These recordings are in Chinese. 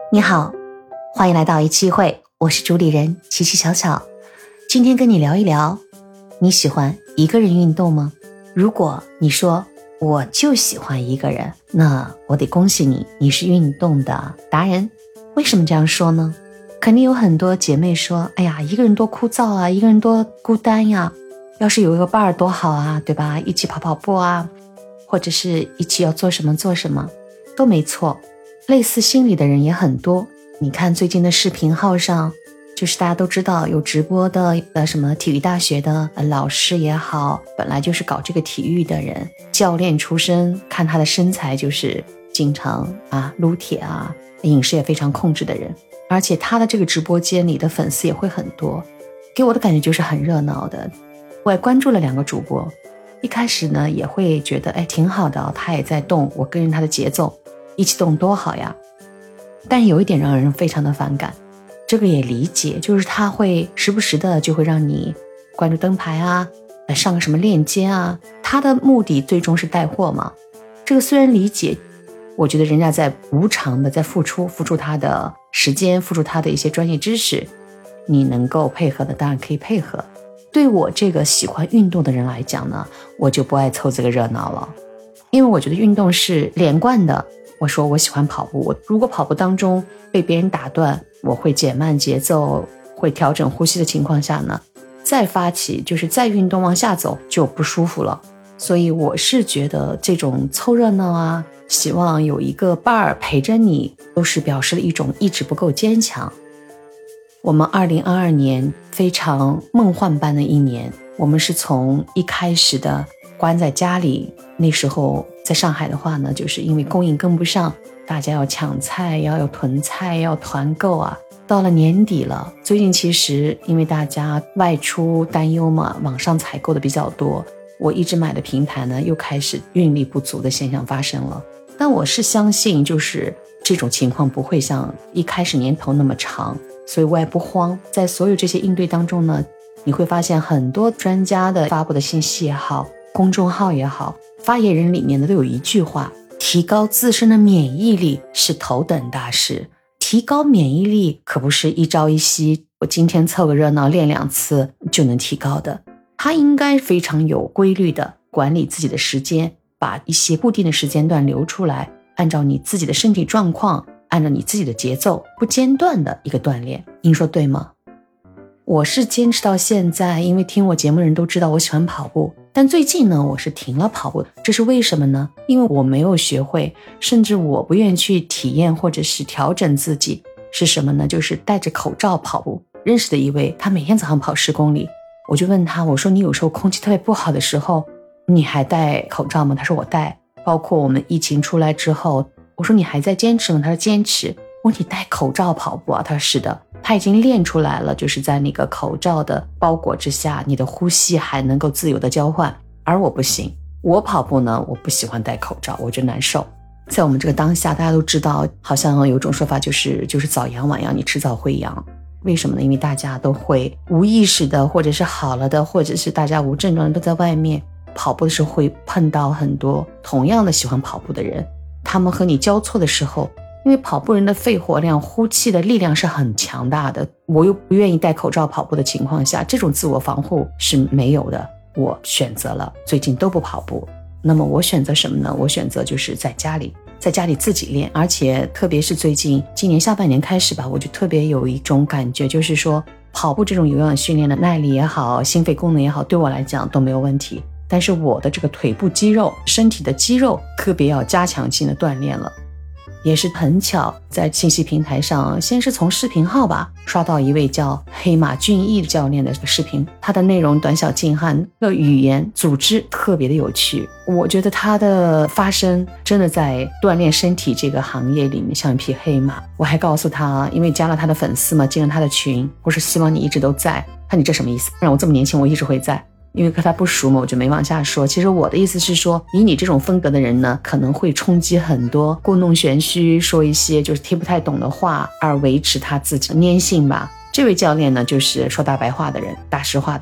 你好，欢迎来到一期一会，我是主理人琪琪巧巧。今天跟你聊一聊，你喜欢一个人运动吗？如果你说我就喜欢一个人，那我得恭喜你，你是运动的达人。为什么这样说呢？肯定有很多姐妹说，哎呀，一个人多枯燥啊，一个人多孤单呀，要是有一个伴儿多好啊，对吧？一起跑跑步啊，或者是一起要做什么做什么，都没错。类似心理的人也很多，你看最近的视频号上，就是大家都知道有直播的什么体育大学的老师也好，本来就是搞这个体育的人，教练出身，看他的身材就是经常撸铁啊，饮食也非常控制的人，而且他的这个直播间里的粉丝也会很多，给我的感觉就是很热闹的。我也关注了2个主播，一开始呢也会觉得挺好的，他也在动，我跟着他的节奏一起动多好呀。但有一点让人非常的反感，这个也理解，就是他会时不时的就会让你关注灯牌啊，上个什么链接啊，他的目的最终是带货嘛。这个虽然理解，我觉得人家在无偿的在付出他的时间，付出他的一些专业知识，你能够配合的当然可以配合。对我这个喜欢运动的人来讲呢，我就不爱凑这个热闹了，因为我觉得运动是连贯的。我说我喜欢跑步，我如果跑步当中被别人打断，我会减慢节奏，会调整呼吸的情况下呢，再发起，就是再运动往下走就不舒服了。所以我是觉得这种凑热闹啊，希望有一个伴儿陪着你，都是表示了一种意志不够坚强。我们2022年非常梦幻般的一年，我们是从一开始的关在家里，那时候在上海的话呢，就是因为供应跟不上，大家要抢菜，要有囤菜，要团购啊。到了年底了，最近其实因为大家外出担忧嘛，网上采购的比较多，我一直买的平台呢又开始运力不足的现象发生了。但我是相信就是这种情况不会像一开始年头那么长，所以我也不慌。在所有这些应对当中呢，你会发现很多专家的发布的信息也好，公众号也好，发言人里面的都有一句话，提高自身的免疫力是头等大事。提高免疫力可不是一朝一夕，我今天凑个热闹练2次就能提高的，它应该非常有规律的管理自己的时间，把一些固定的时间段留出来，按照你自己的身体状况，按照你自己的节奏，不间断的一个锻炼。您说对吗？我是坚持到现在，因为听我节目的人都知道我喜欢跑步，但最近呢我是停了跑步，这是为什么呢？因为我没有学会，甚至我不愿意去体验或者是调整自己。是什么呢？就是戴着口罩跑步。认识的一位，他每天早上跑10公里，我就问他，我说你有时候空气特别不好的时候你还戴口罩吗？他说我戴。包括我们疫情出来之后，我说你还在坚持吗？他说坚持。我说你戴口罩跑步啊？他说是的。他已经练出来了，就是在那个口罩的包裹之下，你的呼吸还能够自由的交换，而我不行。我跑步呢，我不喜欢戴口罩，我觉得难受。在我们这个当下，大家都知道，好像有种说法就是早阳晚阳，你迟早会阳。为什么呢？因为大家都会无意识的，或者是好了的，或者是大家无症状的都在外面跑步的时候，会碰到很多同样的喜欢跑步的人，他们和你交错的时候，因为跑步人的肺活量，呼气的力量是很强大的，我又不愿意戴口罩跑步的情况下，这种自我防护是没有的。我选择了最近都不跑步。那么我选择什么呢？我选择就是在家里自己练。而且特别是今年下半年开始吧，我就特别有一种感觉，就是说跑步这种有氧训练的耐力也好，心肺功能也好，对我来讲都没有问题。但是我的这个腿部肌肉，身体的肌肉特别要加强性的锻炼了。也是很巧，在信息平台上，先是从视频号吧刷到一位叫黑马俊逸教练的视频，他的内容短小精悍，语言组织特别的有趣。我觉得他的发声真的在锻炼身体这个行业里面像一匹黑马。我还告诉他，因为加了他的粉丝嘛，进了他的群，我是希望你一直都在。他你这什么意思？让我这么年轻我一直会在？因为和他不熟嘛，我就没往下说。其实我的意思是说，以你这种风格的人呢，可能会冲击很多故弄玄虚，说一些就是听不太懂的话，而维持他自己的粘性吧。这位教练呢，就是说大白话的人，大实话的人。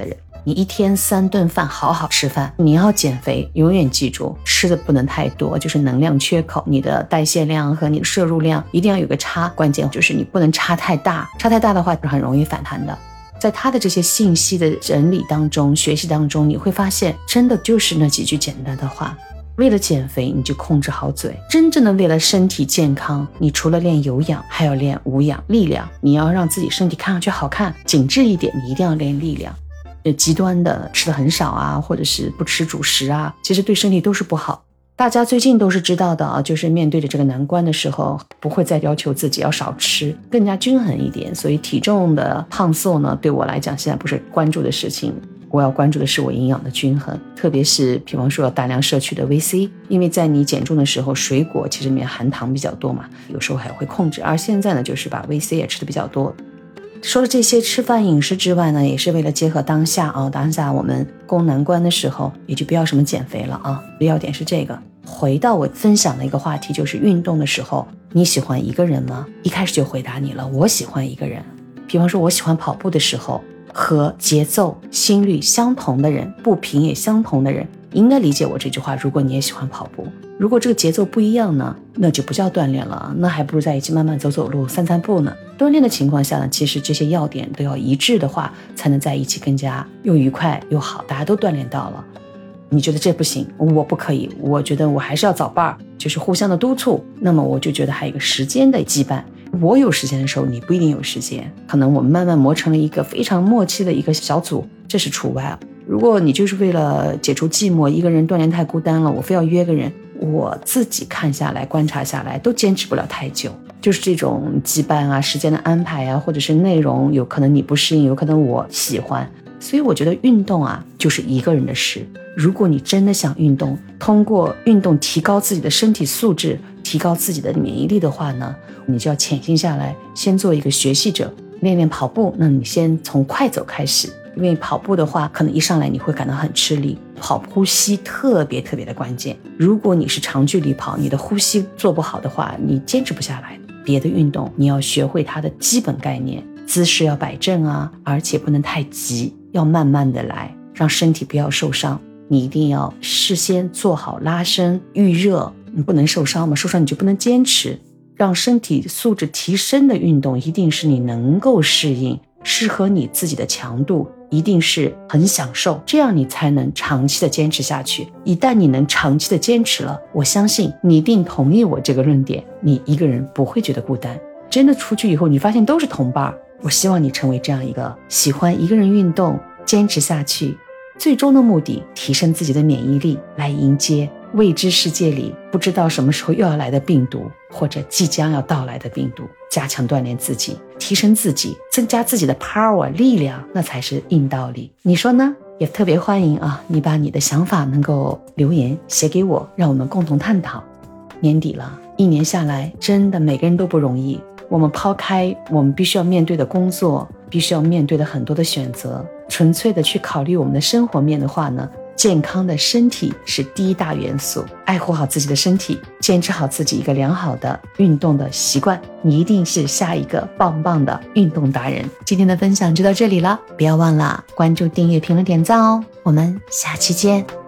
你一天3顿饭好好吃饭。你要减肥，永远记住吃的不能太多，就是能量缺口，你的代谢量和你的摄入量一定要有个差，关键就是你不能差太大，差太大的话是很容易反弹的。在他的这些信息的整理当中，学习当中，你会发现真的就是那几句简单的话。为了减肥，你就控制好嘴。真正的为了身体健康，你除了练有氧，还要练无氧力量。你要让自己身体看上去好看、紧致一点，你一定要练力量。极端的吃的很少啊，或者是不吃主食啊，其实对身体都是不好。大家最近都是知道的啊，就是面对着这个难关的时候，不会再要求自己要少吃，更加均衡一点。所以体重的胖瘦呢，对我来讲现在不是关注的事情。我要关注的是我营养的均衡，特别是比方说要大量摄取的 VC， 因为在你减重的时候，水果其实里面含糖比较多嘛，有时候还会控制。而现在呢，就是把 VC 也吃的比较多。说了这些吃饭饮食之外呢，也是为了结合当下啊，当下我们攻难关的时候，也就不要什么减肥了啊。要点是这个。回到我分享的一个话题，就是运动的时候，你喜欢一个人吗？一开始就回答你了，我喜欢一个人。比方说我喜欢跑步的时候，和节奏心率相同的人，步频也相同的人，应该理解我这句话。如果你也喜欢跑步，如果这个节奏不一样呢，那就不叫锻炼了，那还不如在一起慢慢走走路、散散步呢。锻炼的情况下呢，其实这些要点都要一致的话，才能在一起更加又愉快又好，大家都锻炼到了。你觉得这不行，我不可以，我觉得我还是要找伴儿，就是互相的督促。那么我就觉得还有一个时间的羁绊，我有时间的时候你不一定有时间，可能我们慢慢磨成了一个非常默契的一个小组，这是除外。如果你就是为了解除寂寞，一个人锻炼太孤单了，我非要约个人，我自己看下来观察下来都坚持不了太久。就是这种羁绊啊，时间的安排啊，或者是内容，有可能你不适应，有可能我喜欢。所以我觉得运动啊，就是一个人的事。如果你真的想运动，通过运动提高自己的身体素质，提高自己的免疫力的话呢，你就要潜心下来，先做一个学习者，练练跑步。那你先从快走开始，因为跑步的话，可能一上来你会感到很吃力，跑呼吸特别的关键。如果你是长距离跑，你的呼吸做不好的话，你坚持不下来。别的运动你要学会它的基本概念，姿势要摆正啊，而且不能太急，要慢慢的来，让身体不要受伤。你一定要事先做好拉伸预热，你不能受伤嘛，受伤你就不能坚持。让身体素质提升的运动一定是你能够适应，适合你自己的强度，一定是很享受，这样你才能长期的坚持下去。一旦你能长期的坚持了，我相信你一定同意我这个论点，你一个人不会觉得孤单。真的出去以后，你发现都是同伴。我希望你成为这样一个喜欢一个人运动，坚持下去，最终的目的提升自己的免疫力，来迎接未知世界里不知道什么时候又要来的病毒，或者即将要到来的病毒。加强锻炼自己，提升自己，增加自己的 power 力量，那才是硬道理。你说呢？也特别欢迎啊，你把你的想法能够留言写给我，让我们共同探讨。年底了，一年下来，真的每个人都不容易。我们抛开我们必须要面对的工作，必须要面对的很多的选择，纯粹的去考虑我们的生活面的话呢，健康的身体是第一大元素。爱护好自己的身体，坚持好自己一个良好的运动的习惯，你一定是下一个棒棒的运动达人。今天的分享就到这里了，不要忘了关注、订阅、评论、点赞哦。我们下期见。